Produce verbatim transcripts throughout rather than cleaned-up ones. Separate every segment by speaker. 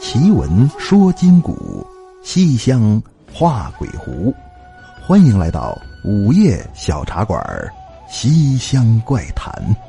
Speaker 1: 奇闻说今古，西厢画鬼狐。欢迎来到午夜小茶馆，西厢怪谈。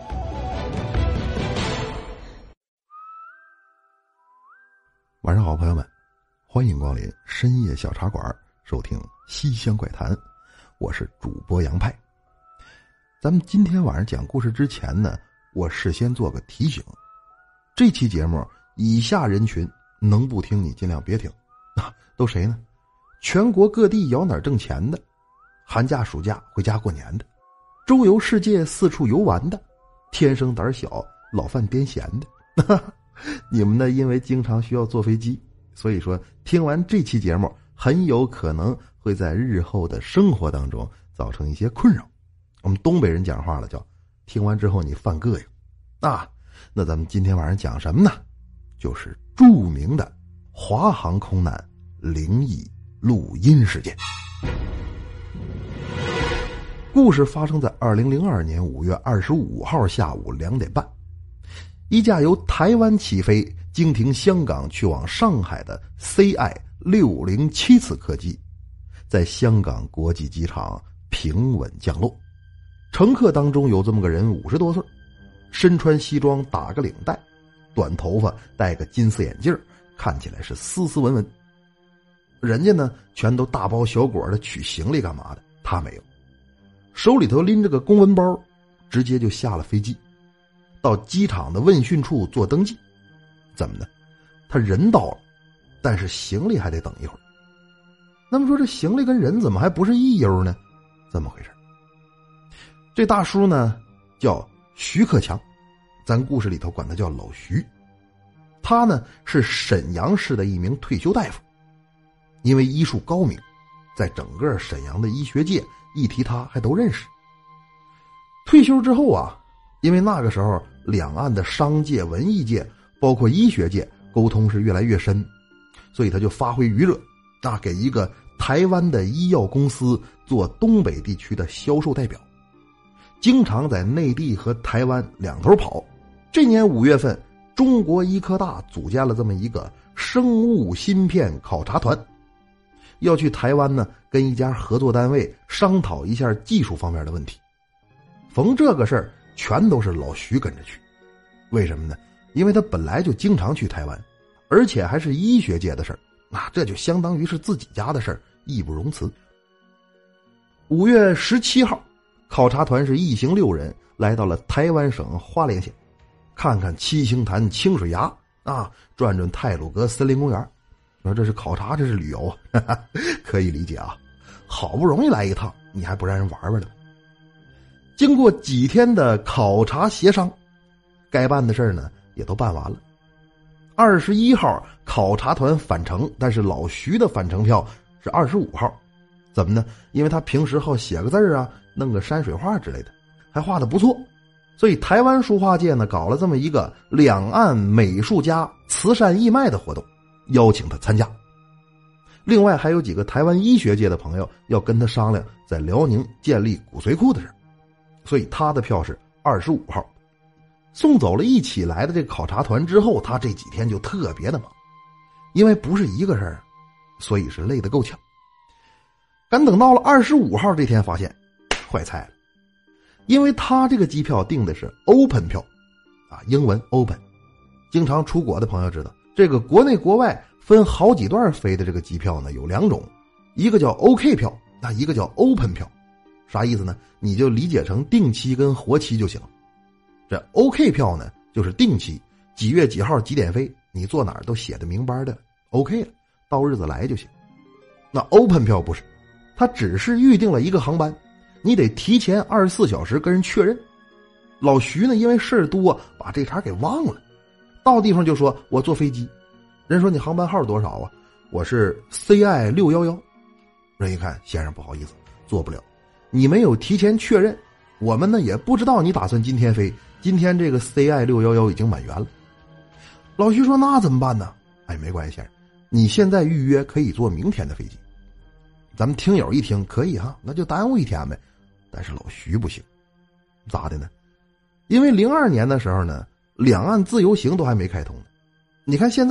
Speaker 1: 晚上好，朋友们，欢迎光临深夜小茶馆，收听西厢怪谈。我是主播杨派。咱们今天晚上讲故事之前呢，我事先做个提醒，这期节目以下人群能不听你尽量别听啊，都谁呢？全国各地摇哪挣钱的，寒假暑假回家过年的，周游世界四处游玩的，天生胆小老犯癫痫的。你们呢，因为经常需要坐飞机，所以说听完这期节目很有可能会在日后的生活当中造成一些困扰。我们东北人讲话了，叫听完之后你犯膈应啊。那咱们今天晚上讲什么呢？就是著名的华航空难灵异录音事件。故事发生在二零零二年五月二十五号下午两点半，一架由台湾起飞经停香港去往上海的 C I 六零七次客机在香港国际机场平稳降落。乘客当中有这么个人，五十多岁，身穿西装，打个领带，短头发，戴个金丝眼镜，看起来是斯斯文文。人家呢全都大包小裹的取行李干嘛的，他没有，手里头拎着个公文包，直接就下了飞机，到机场的问讯处做登记。怎么的？他人到了，但是行李还得等一会儿。那么说这行李跟人怎么还不是一悠呢？怎么回事？这大叔呢叫徐克强，咱故事里头管他叫老徐。他呢是沈阳市的一名退休大夫，因为医术高明，在整个沈阳的医学界一提他还都认识。退休之后啊，因为那个时候两岸的商界、文艺界包括医学界沟通是越来越深，所以他就发挥余热，那给一个台湾的医药公司做东北地区的销售代表，经常在内地和台湾两头跑。这年五月份，中国医科大组建了这么一个生物芯片考察团，要去台湾呢跟一家合作单位商讨一下技术方面的问题。逢这个事儿全都是老徐跟着去。为什么呢？因为他本来就经常去台湾，而且还是医学界的事儿，那这就相当于是自己家的事儿，义不容辞。五月十七号，考察团是一行六人来到了台湾省花莲县，看看七星潭清水崖啊，转转太鲁阁森林公园。说这是考察，这是旅游啊，可以理解啊。好不容易来一趟，你还不让人玩玩了？经过几天的考察协商，该办的事儿呢也都办完了。二十一号考察团返程，但是老徐的返程票是二十五号。怎么呢？因为他平时好写个字啊，弄个山水画之类的，还画得不错，所以台湾书画界呢搞了这么一个两岸美术家慈善义卖的活动，邀请他参加。另外还有几个台湾医学界的朋友要跟他商量在辽宁建立骨髓库的事，所以他的票是二十五号。送走了一起来的这个考察团之后，他这几天就特别的忙，因为不是一个人，所以是累得够呛。赶等到了二十五号这天，发现坏菜了，因为他这个机票订的是 open 票啊，英文 open。经常出国的朋友知道，这个国内国外分好几段飞的这个机票呢有两种，一个叫 OK 票，那一个叫 open 票。啥意思呢？你就理解成定期跟活期就行。这 OK 票呢就是定期，几月几号几点飞，你坐哪儿都写的明白的 OK 了，到日子来就行。那 open 票不是，他只是预定了一个航班，你得提前二十四小时跟人确认。老徐呢因为事儿多把这茬给忘了，到地方就说我坐飞机。人说你航班号多少啊？我是 C I 六一一。人一看，先生不好意思，做不了，你没有提前确认，我们呢也不知道你打算今天飞，今天这个 C I 六一一已经满员了。老徐说那怎么办呢？哎，没关系先生，你现在预约可以坐明天的飞机。咱们听友一听可以哈，那就耽误一天呗。但是老徐不行，咋的呢？因为零二年的时候呢，两岸自由行都还没开通呢。你看现在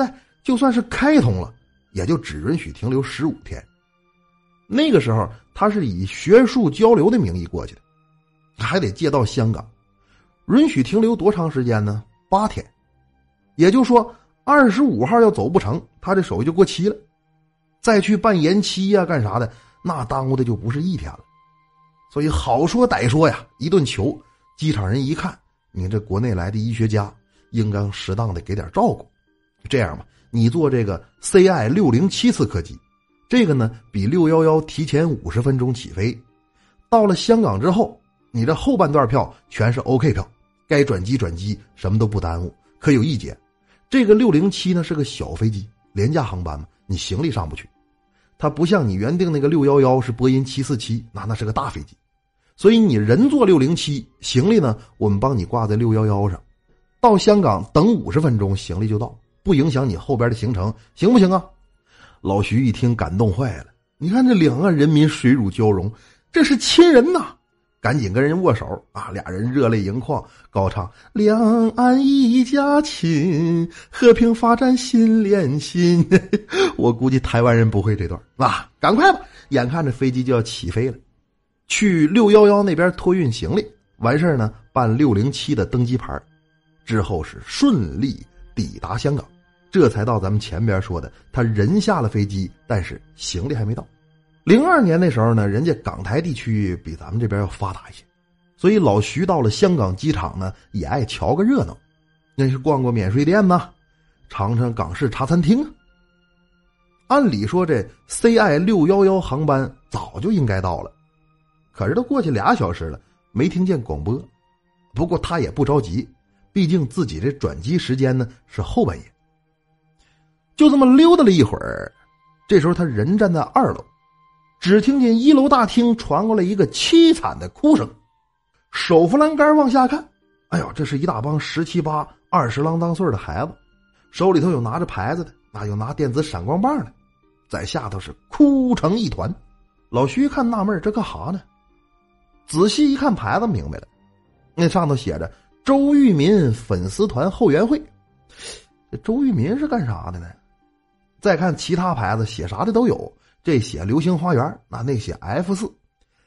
Speaker 1: 就算是开通了，也就只允许停留十五天。那个时候他是以学术交流的名义过去的，还得借到香港，允许停留多长时间呢？八天。也就是说二十五号要走不成，他这手续就过期了，再去办延期呀、啊、干啥的，那耽误的就不是一天了。所以好说歹说呀，一顿求，机场人一看你这国内来的医学家，应该适当的给点照顾。这样吧，你做这个 C I 六零七次客机，这个呢比六一一提前五十分钟起飞，到了香港之后，你这后半段票全是 OK 票，该转机转机，什么都不耽误。可有一节，这个六零七呢是个小飞机，廉价航班嘛，你行李上不去。它不像你原定那个六一一是波音七四七，那那是个大飞机，所以你人坐六零七，行李呢我们帮你挂在六一一上，到香港等五十分钟，行李就到，不影响你后边的行程，行不行啊？老徐一听感动坏了，你看这两岸人民水乳交融，这是亲人呐！赶紧跟人握手啊，俩人热泪盈眶，高唱两岸一家亲，和平发展心连心。我估计台湾人不会这段啊，赶快吧，眼看着飞机就要起飞了，去六一一那边托运行李，完事呢办六零七的登机牌，之后是顺利抵达香港，这才到咱们前边说的，他人下了飞机，但是行李还没到。零二年那时候呢，人家港台地区比咱们这边要发达一些，所以老徐到了香港机场呢，也爱瞧个热闹，那是逛逛免税店呐，尝尝港式茶餐厅啊。按理说这 C I 六一一航班早就应该到了，可是都过去俩小时了，没听见广播。不过他也不着急，毕竟自己这转机时间呢是后半夜。就这么溜达了一会儿，这时候他人站在二楼，只听见一楼大厅传过来一个凄惨的哭声，手扶栏杆往下看，哎呦，这是一大帮十七八、二十郎当岁的孩子，手里头有拿着牌子的，那有拿电子闪光棒的，在下头是哭成一团。老徐一看纳闷，这干哈呢？仔细一看牌子，明白了，那上头写着周渝民粉丝团后援会。这周渝民是干啥的呢？再看其他牌子，写啥的都有，这写流星花园，那那写 F 四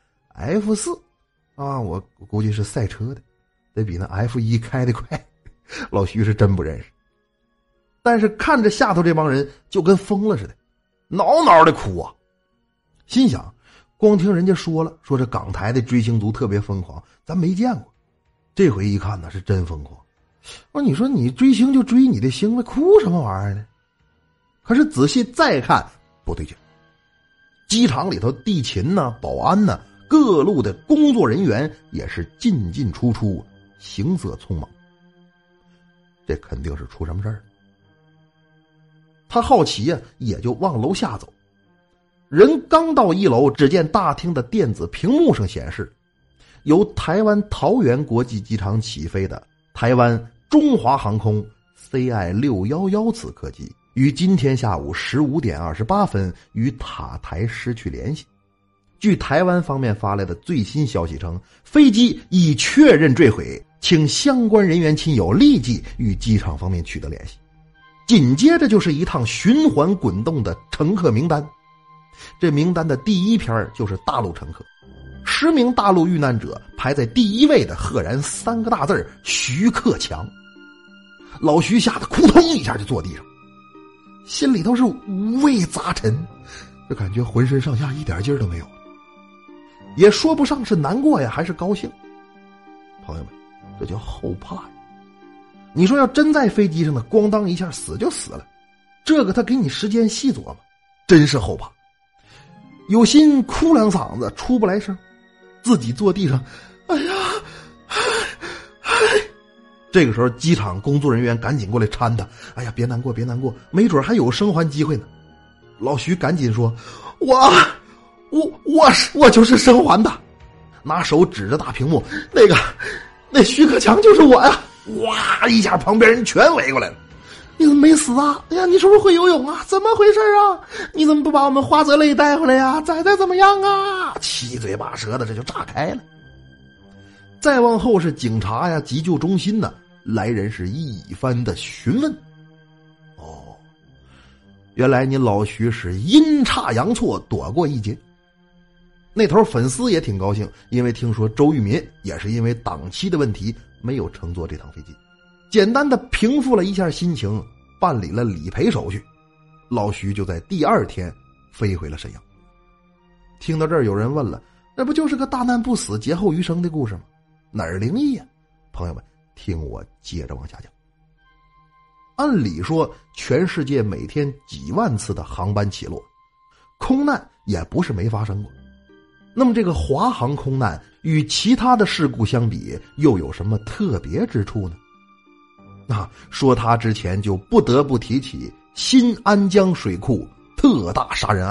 Speaker 1: F 四 啊，我估计是赛车的，得比那 F 一 开得快。老徐是真不认识，但是看着下头这帮人就跟疯了似的，挠挠的哭啊。心想，光听人家说了，说这港台的追星族特别疯狂，咱没见过，这回一看呢是真疯狂。说你说你追星就追你的星了，哭什么玩意儿呢？可是仔细再看，不对劲，机场里头地勤呐、保安呐、各路的工作人员也是进进出出，行色匆忙。这肯定是出什么事儿了。他好奇呀、啊，也就往楼下走。人刚到一楼，只见大厅的电子屏幕上显示，由台湾桃园国际机场起飞的台湾中华航空 C I 六一一次客机，于今天下午十五点二十八分与塔台失去联系。据台湾方面发来的最新消息称，飞机已确认坠毁，请相关人员亲友立即与机场方面取得联系。紧接着就是一趟循环滚动的乘客名单，这名单的第一篇就是大陆乘客，十名大陆遇难者排在第一位的赫然三个大字徐克强。老徐吓得扑通一下就坐地上，心里头是五味杂陈，就感觉浑身上下一点劲儿都没有，也说不上是难过呀还是高兴。朋友们，这叫后怕呀！你说要真在飞机上呢，咣当一下死就死了，这个他给你时间细琢磨，真是后怕。有心哭两嗓子出不来声，自己坐地上，哎呀，哎哎。这个时候机场工作人员赶紧过来搀他，哎呀，别难过别难过，没准还有生还机会呢。老徐赶紧说，我我我我就是生还的，拿手指着大屏幕，那个那徐克强就是我呀！哇一下旁边人全围过来了，你怎么没死啊？哎呀，你是不是会游泳啊？怎么回事啊？你怎么不把我们花泽类带回来呀？仔仔怎么样啊？七嘴八舌的这就炸开了。再往后是警察呀、急救中心呢，来人是一番的询问。哦， 原来你老徐是阴差阳错躲过一劫。那头粉丝也挺高兴，因为听说周渝民也是因为档期的问题没有乘坐这趟飞机，简单的平复了一下心情，办理了理赔手续，老徐就在第二天飞回了沈阳。听到这儿，有人问了，那不就是个大难不死劫后余生的故事吗？哪儿灵异呀？朋友们，听我接着往下讲。按理说全世界每天几万次的航班起落，空难也不是没发生过。那么这个华航空难与其他的事故相比又有什么特别之处呢？啊，说它之前就不得不提起新安江水库特大杀人案。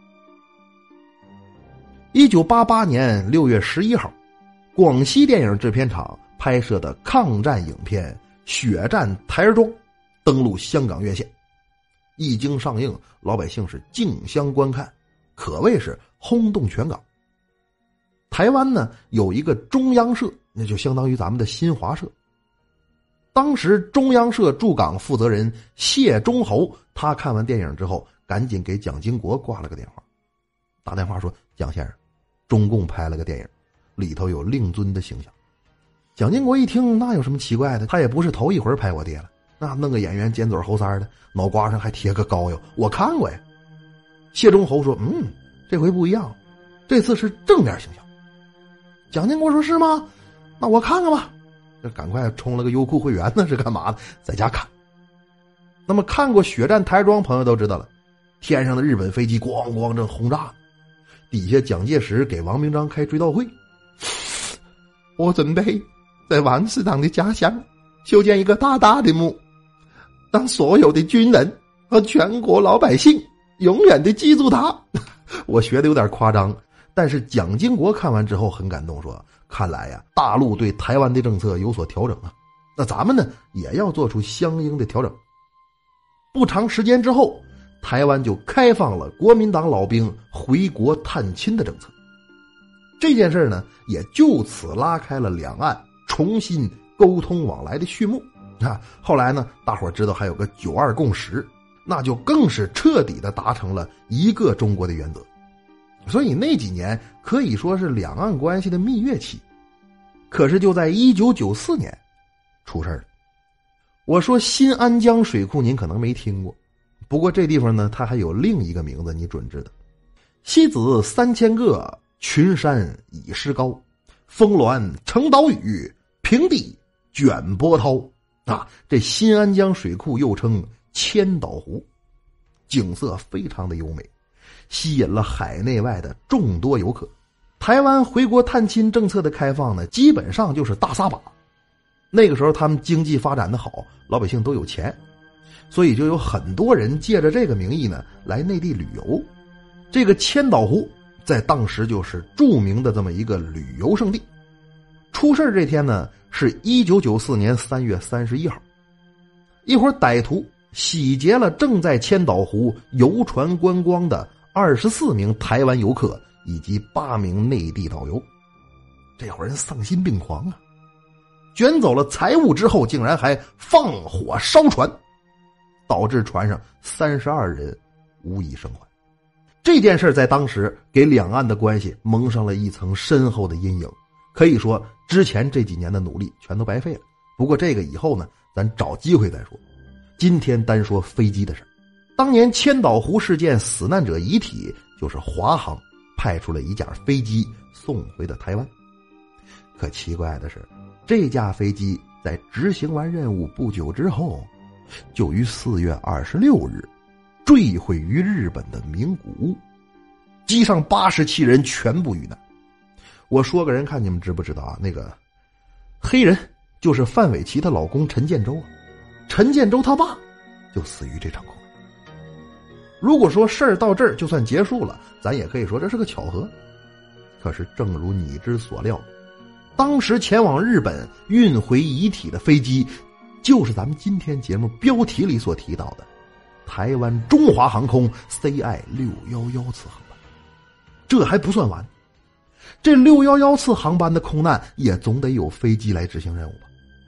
Speaker 1: 一九八八年六月十一号，广西电影制片厂拍摄的抗战影片《血战台儿庄》登陆香港院线，一经上映，老百姓是竞相观看，可谓是轰动全港。台湾呢有一个中央社，那就相当于咱们的新华社。当时中央社驻港负责人谢忠侯，他看完电影之后，赶紧给蒋经国挂了个电话，打电话说：“蒋先生，中共拍了个电影，里头有令尊的形象。”蒋经国一听，那有什么奇怪的？他也不是头一回拍我爹了，那弄个演员尖嘴猴腮的，脑瓜上还贴个膏药，我看过呀。谢忠侯说：“嗯，这回不一样，这次是正面形象。”蒋经国说：“是吗？那我看看吧。”这赶快充了个优酷会员呢，是干嘛的？在家看。那么看过《血战台庄》朋友都知道了，天上的日本飞机咣咣正轰炸，底下蒋介石给王明章开追悼会。我准备在王市长的家乡修建一个大大的墓，让所有的军人和全国老百姓永远的记住他。我学的有点夸张，但是蒋经国看完之后很感动，说看来呀，大陆对台湾的政策有所调整啊，那咱们呢也要做出相应的调整。不长时间之后，台湾就开放了国民党老兵回国探亲的政策。这件事呢也就此拉开了两岸重新沟通往来的序幕啊。后来呢，大伙知道还有个九二共识，那就更是彻底的达成了一个中国的原则。所以那几年可以说是两岸关系的蜜月期。可是就在一九九四年出事了。我说新安江水库您可能没听过，不过这地方呢它还有另一个名字你准知道。西子三千个，群山已失高，峰峦成岛屿，平地卷波涛啊！这新安江水库又称千岛湖，景色非常的优美，吸引了海内外的众多游客。台湾回国探亲政策的开放呢，基本上就是大撒把。那个时候他们经济发展的好，老百姓都有钱，所以就有很多人借着这个名义呢来内地旅游。这个千岛湖在当时就是著名的这么一个旅游胜地。出事这天呢是一九九四年三月三十一号，一伙歹徒洗劫了正在千岛湖游船观光的二十四名台湾游客以及八名内地导游。这伙人丧心病狂啊，卷走了财物之后竟然还放火烧船，导致船上三十二人无一生还。这件事在当时给两岸的关系蒙上了一层深厚的阴影，可以说之前这几年的努力全都白费了。不过这个以后呢咱找机会再说，今天单说飞机的事。当年千岛湖事件死难者遗体就是华航派出了一架飞机送回的台湾。可奇怪的是，这架飞机在执行完任务不久之后，就于四月二十六日坠毁于日本的名古屋，机上八十七人全部遇难。我说个人看你们知不知道啊？那个黑人就是范玮琪她老公陈建州啊，陈建州他爸就死于这场空难。如果说事儿到这儿就算结束了，咱也可以说这是个巧合。可是正如你之所料，当时前往日本运回遗体的飞机就是咱们今天节目标题里所提到的台湾中华航空 C I 六一一次航班。这还不算完，这六一一次航班的空难也总得有飞机来执行任务吧。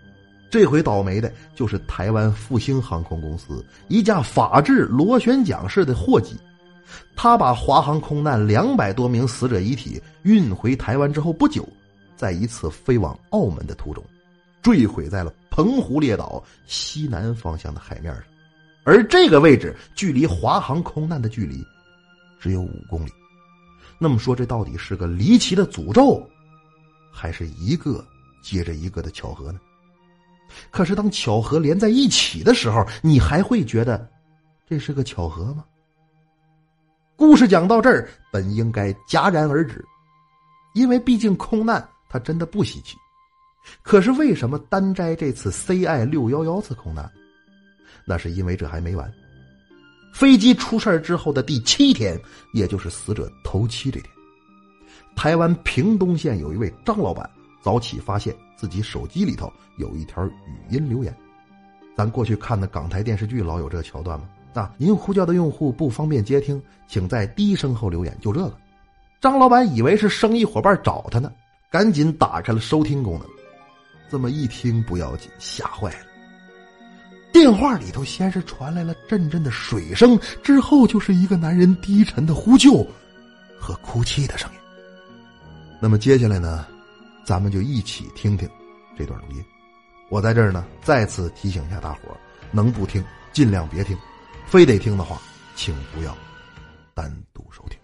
Speaker 1: 这回倒霉的就是台湾复兴航空公司一架法制螺旋桨式的货机，他把华航空难两百多名死者遗体运回台湾之后不久，在一次飞往澳门的途中，坠毁在了澎湖列岛西南方向的海面上，而这个位置距离华航空难的距离只有五公里。那么说，这到底是个离奇的诅咒，还是一个接着一个的巧合呢？可是当巧合连在一起的时候，你还会觉得这是个巧合吗？故事讲到这儿本应该戛然而止，因为毕竟空难它真的不稀奇。可是为什么单摘这次 C I 六一一次空难？那是因为这还没完。飞机出事之后的第七天，也就是死者头七这天，台湾屏东县有一位张老板早起发现自己手机里头有一条语音留言。咱过去看的港台电视剧老有这个桥段嘛，啊，您呼叫的用户不方便接听，请在低声后留言，就这个。张老板以为是生意伙伴找他呢，赶紧打开了收听功能。这么一听不要紧，吓坏了。电话里头先是传来了阵阵的水声，之后就是一个男人低沉的呼救和哭泣的声音。那么接下来呢，咱们就一起听听这段录音。我在这儿呢再次提醒一下大伙儿，能不听尽量别听，非得听的话请不要单独收听。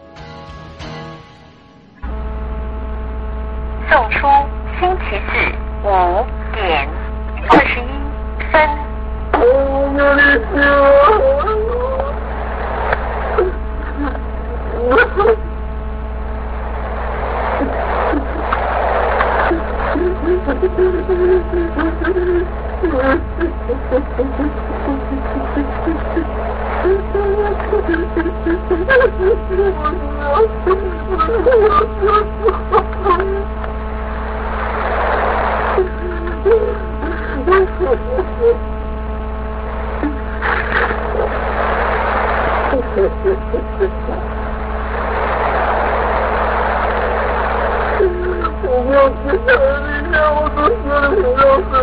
Speaker 2: 送出星期四五点二十一分。我没有知道那天我都说了不要死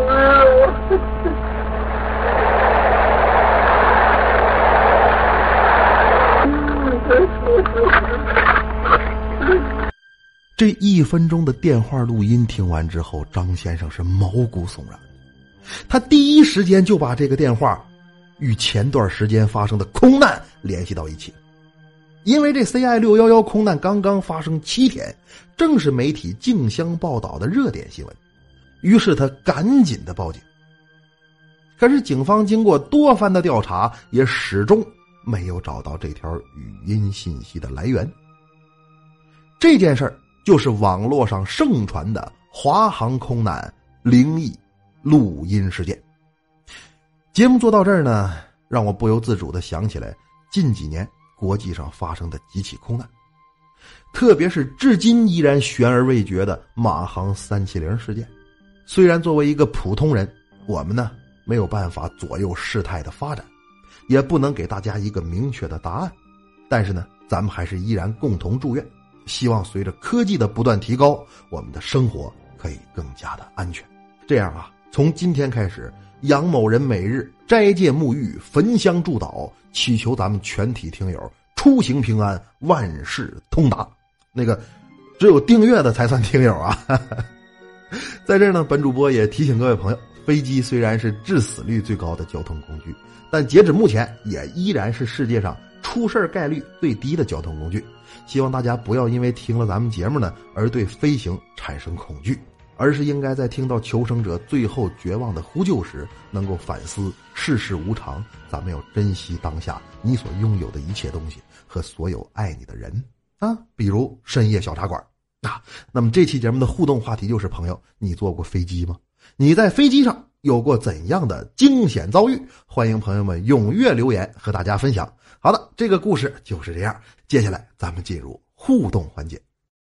Speaker 2: 了。
Speaker 1: 这一分钟的电话录音听完之后，张先生是毛骨悚然。他第一时间就把这个电话与前段时间发生的空难联系到一起，因为这 C I 六一一空难刚刚发生七天，正是媒体竞相报道的热点新闻，于是他赶紧的报警。可是警方经过多番的调查，也始终没有找到这条语音信息的来源。这件事儿就是网络上盛传的华航空难灵异录音事件。节目做到这儿呢，让我不由自主地想起来近几年国际上发生的几起空难，特别是至今依然悬而未决的马航三七零事件。虽然作为一个普通人，我们呢没有办法左右事态的发展，也不能给大家一个明确的答案，但是呢咱们还是依然共同祝愿，希望随着科技的不断提高，我们的生活可以更加的安全。这样啊，从今天开始，杨某人每日斋戒沐浴，焚香祝祷，祈求咱们全体听友出行平安，万事通达。那个只有订阅的才算听友啊。在这儿呢，本主播也提醒各位朋友，飞机虽然是致死率最高的交通工具，但截止目前也依然是世界上出事概率最低的交通工具。希望大家不要因为听了咱们节目呢而对飞行产生恐惧，而是应该在听到求生者最后绝望的呼救时，能够反思世事无常，咱们要珍惜当下你所拥有的一切东西和所有爱你的人啊，比如深夜小茶馆啊。那么这期节目的互动话题就是朋友，你坐过飞机吗？你在飞机上有过怎样的惊险遭遇？欢迎朋友们踊跃留言和大家分享。好的，这个故事就是这样，接下来咱们进入互动环节。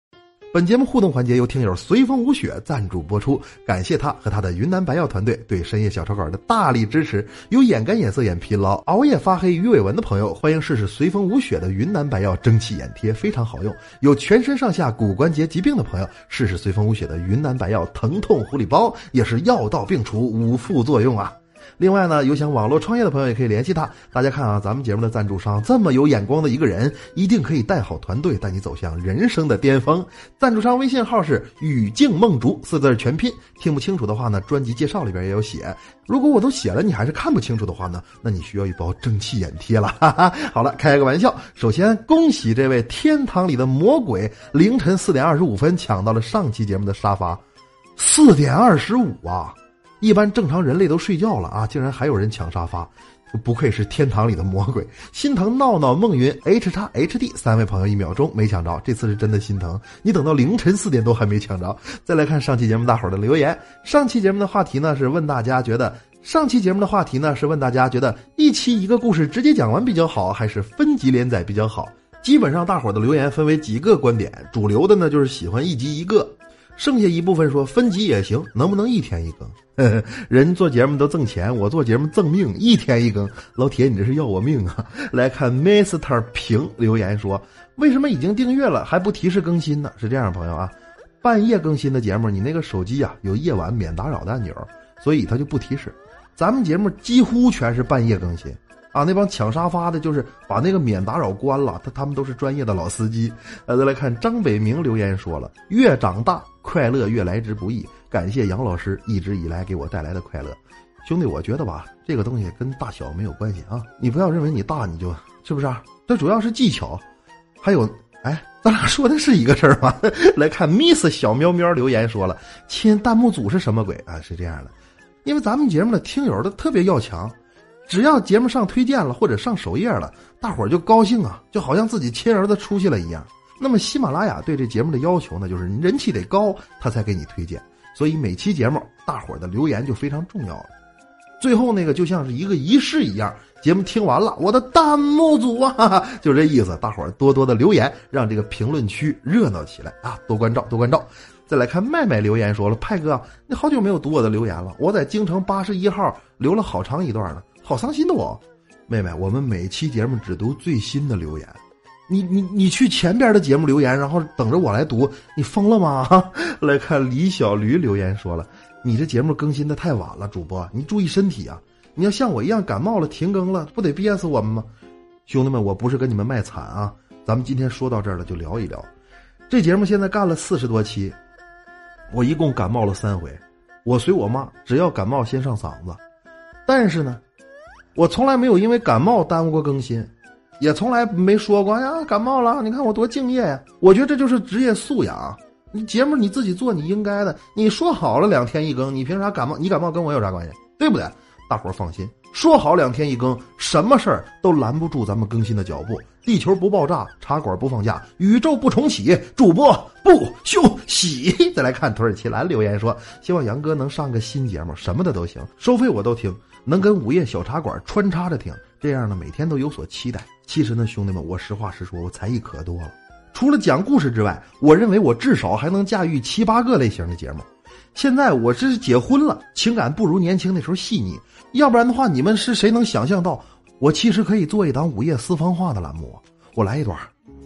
Speaker 1: 本节目互动环节由听友随风无雪赞助播出，感谢他和他的云南白药团队对深夜小茶馆的大力支持。有眼干眼涩眼疲劳、熬夜发黑鱼尾纹的朋友，欢迎试试随风无雪的云南白药蒸汽眼贴，非常好用。有全身上下骨关节疾病的朋友，试试随风无雪的云南白药疼痛护理包，也是药到病除无副作用啊。另外呢，有想网络创业的朋友也可以联系他。大家看啊，咱们节目的赞助商这么有眼光的一个人，一定可以带好团队，带你走向人生的巅峰。赞助商微信号是语境梦竹，四字全拼。听不清楚的话呢，专辑介绍里边也有写。如果我都写了你还是看不清楚的话呢，那你需要一包蒸汽眼贴了。哈哈，好了，开个玩笑。首先恭喜这位天堂里的魔鬼，凌晨四点二十五分抢到了上期节目的沙发。四点二十五啊！一般正常人类都睡觉了啊，竟然还有人抢沙发，不愧是天堂里的魔鬼。心疼闹闹梦云 H 叉 H D 三位朋友一秒钟没抢着，这次是真的心疼，你等到凌晨四点多还没抢着。再来看上期节目大伙儿的留言，上期节目的话题呢是问大家觉得上期节目的话题呢是问大家觉得一期一个故事直接讲完比较好，还是分集连载比较好。基本上大伙儿的留言分为几个观点，主流的呢就是喜欢一集一个，剩下一部分说分集也行，能不能一天一更？呵呵，人做节目都挣钱，我做节目挣命，一天一更。老铁，你这是要我命啊！来看 Mister 平留言说，为什么已经订阅了还不提示更新呢？是这样，朋友啊，半夜更新的节目，你那个手机啊有夜晚免打扰的按钮，所以它就不提示。咱们节目几乎全是半夜更新啊，那帮抢沙发的就是把那个免打扰关了，他他们都是专业的老司机。呃，再来看张北明留言说了，越长大快乐越来之不易，感谢杨老师一直以来给我带来的快乐。兄弟，我觉得吧，这个东西跟大小没有关系啊，你不要认为你大你就是不是啊？这主要是技巧。还有，哎，咱俩说的是一个事儿吗？来看 Miss 小喵喵留言说了，亲，弹幕组是什么鬼啊？是这样的，因为咱们节目的听友都特别要强。只要节目上推荐了或者上首页了，大伙儿就高兴啊，就好像自己亲儿子出息了一样。那么喜马拉雅对这节目的要求呢，就是人气得高，他才给你推荐。所以每期节目大伙儿的留言就非常重要了。最后那个就像是一个仪式一样，节目听完了，我的弹幕组啊，哈哈，就这意思。大伙儿多多的留言，让这个评论区热闹起来啊！多关照，多关照。再来看麦麦留言说了，派哥，你好久没有读我的留言了，我在京城八十一号留了好长一段了。好伤心的我，妹妹，我们每期节目只读最新的留言，你你你去前边的节目留言，然后等着我来读，你疯了吗？来看李小驴留言说了，你这节目更新的太晚了，主播你注意身体啊！你要像我一样感冒了停更了，不得憋死我们吗？兄弟们，我不是跟你们卖惨啊，咱们今天说到这儿了就聊一聊。这节目现在干了四十多期，我一共感冒了三回，我随我妈只要感冒先上嗓子，但是呢我从来没有因为感冒耽误过更新，也从来没说过呀感冒了，你看我多敬业呀！我觉得这就是职业素养。你节目你自己做，你应该的。你说好了两天一更，你凭啥感冒？你感冒跟我有啥关系？对不对？大伙儿放心，说好两天一更，什么事儿都拦不住咱们更新的脚步。地球不爆炸，茶馆不放假，宇宙不重启，主播不休息。再来看土耳其蓝留言说，希望杨哥能上个新节目，什么的都行，收费我都听。能跟午夜小茶馆穿插着听，这样呢每天都有所期待。其实呢兄弟们，我实话实说，我才艺可多了。除了讲故事之外，我认为我至少还能驾驭七八个类型的节目。现在我是结婚了，情感不如年轻那时候细腻，要不然的话你们是谁能想象到我其实可以做一档午夜私房话的栏目。我来一段。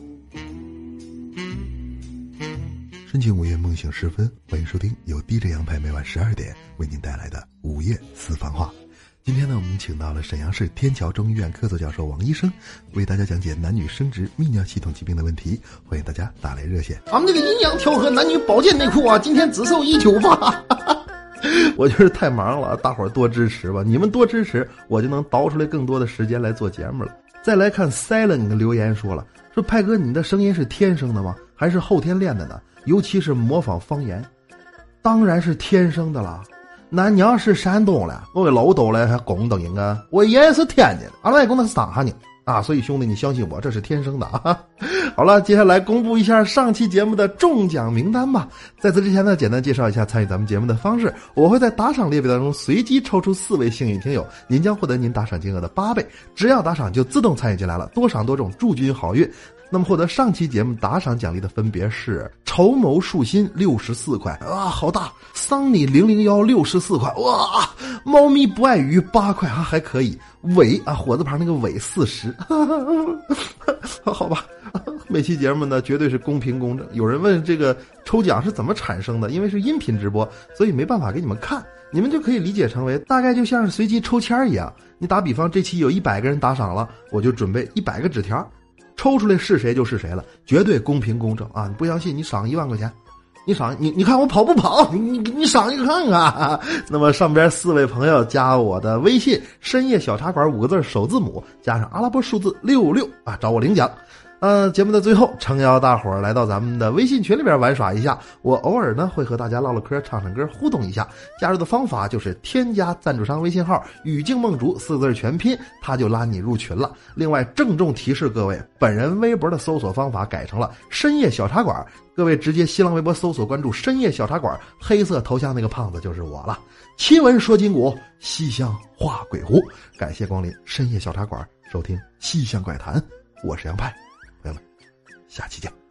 Speaker 1: 深情午夜梦醒时分，欢迎收听由 D J 杨派每晚十二点为您带来的午夜私房话。今天呢，我们请到了沈阳市天桥中医院科座教授王医生，为大家讲解男女生殖泌尿系统疾病的问题。欢迎大家打来热线。咱们这个阴阳调和男女保健内裤啊，今天只售一九八。我就是太忙了，大伙儿多支持吧，你们多支持，我就能倒出来更多的时间来做节目了。再来看 Silent 的留言说了，说派哥，你的声音是天生的吗？还是后天练的呢？尤其是模仿方言。当然是天生的了。俺娘是山东的，我给老东来还广东人啊，我爷爷是天津的，俺外公那是上海人。 啊，所以兄弟你相信我，这是天生的啊。好了，接下来公布一下上期节目的中奖名单吧。在此之前呢，简单介绍一下参与咱们节目的方式。我会在打赏列表当中随机抽出四位幸运听友，您将获得您打赏金额的八倍，只要打赏就自动参与进来了，多赏多中，祝君好运。那么获得上期节目打赏奖励的分别是筹谋树心六十四块，哇好大，桑尼零零一六十四块，哇，猫咪不爱鱼八块啊，还可以，伟啊火字旁那个伟四十，好吧，每期节目呢绝对是公平公正。有人问这个抽奖是怎么产生的，因为是音频直播，所以没办法给你们看，你们就可以理解成为大概就像是随机抽签一样。你打比方，这期有一百个人打赏了，我就准备一百个纸条，抽出来是谁就是谁了，绝对公平公正啊！你不相信，你赏一万块钱，你赏你你看我跑不跑？你你你赏一个看看。那么上边四位朋友加我的微信“深夜小茶馆”五个字首字母加上阿拉伯数字六六啊，找我领奖。呃，节目的最后，诚邀大伙儿来到咱们的微信群里边玩耍一下。我偶尔呢会和大家唠唠嗑、唱唱歌、互动一下。加入的方法就是添加赞助商微信号“语境梦竹”四个字全拼，他就拉你入群了。另外，郑重提示各位，本人微博的搜索方法改成了“深夜小茶馆”，各位直接新浪微博搜索关注“深夜小茶馆”，黑色头像那个胖子就是我了。奇闻说今古，西厢画鬼狐。感谢光临深夜小茶馆，收听西厢怪谈，我是杨派。朋友们，下期见。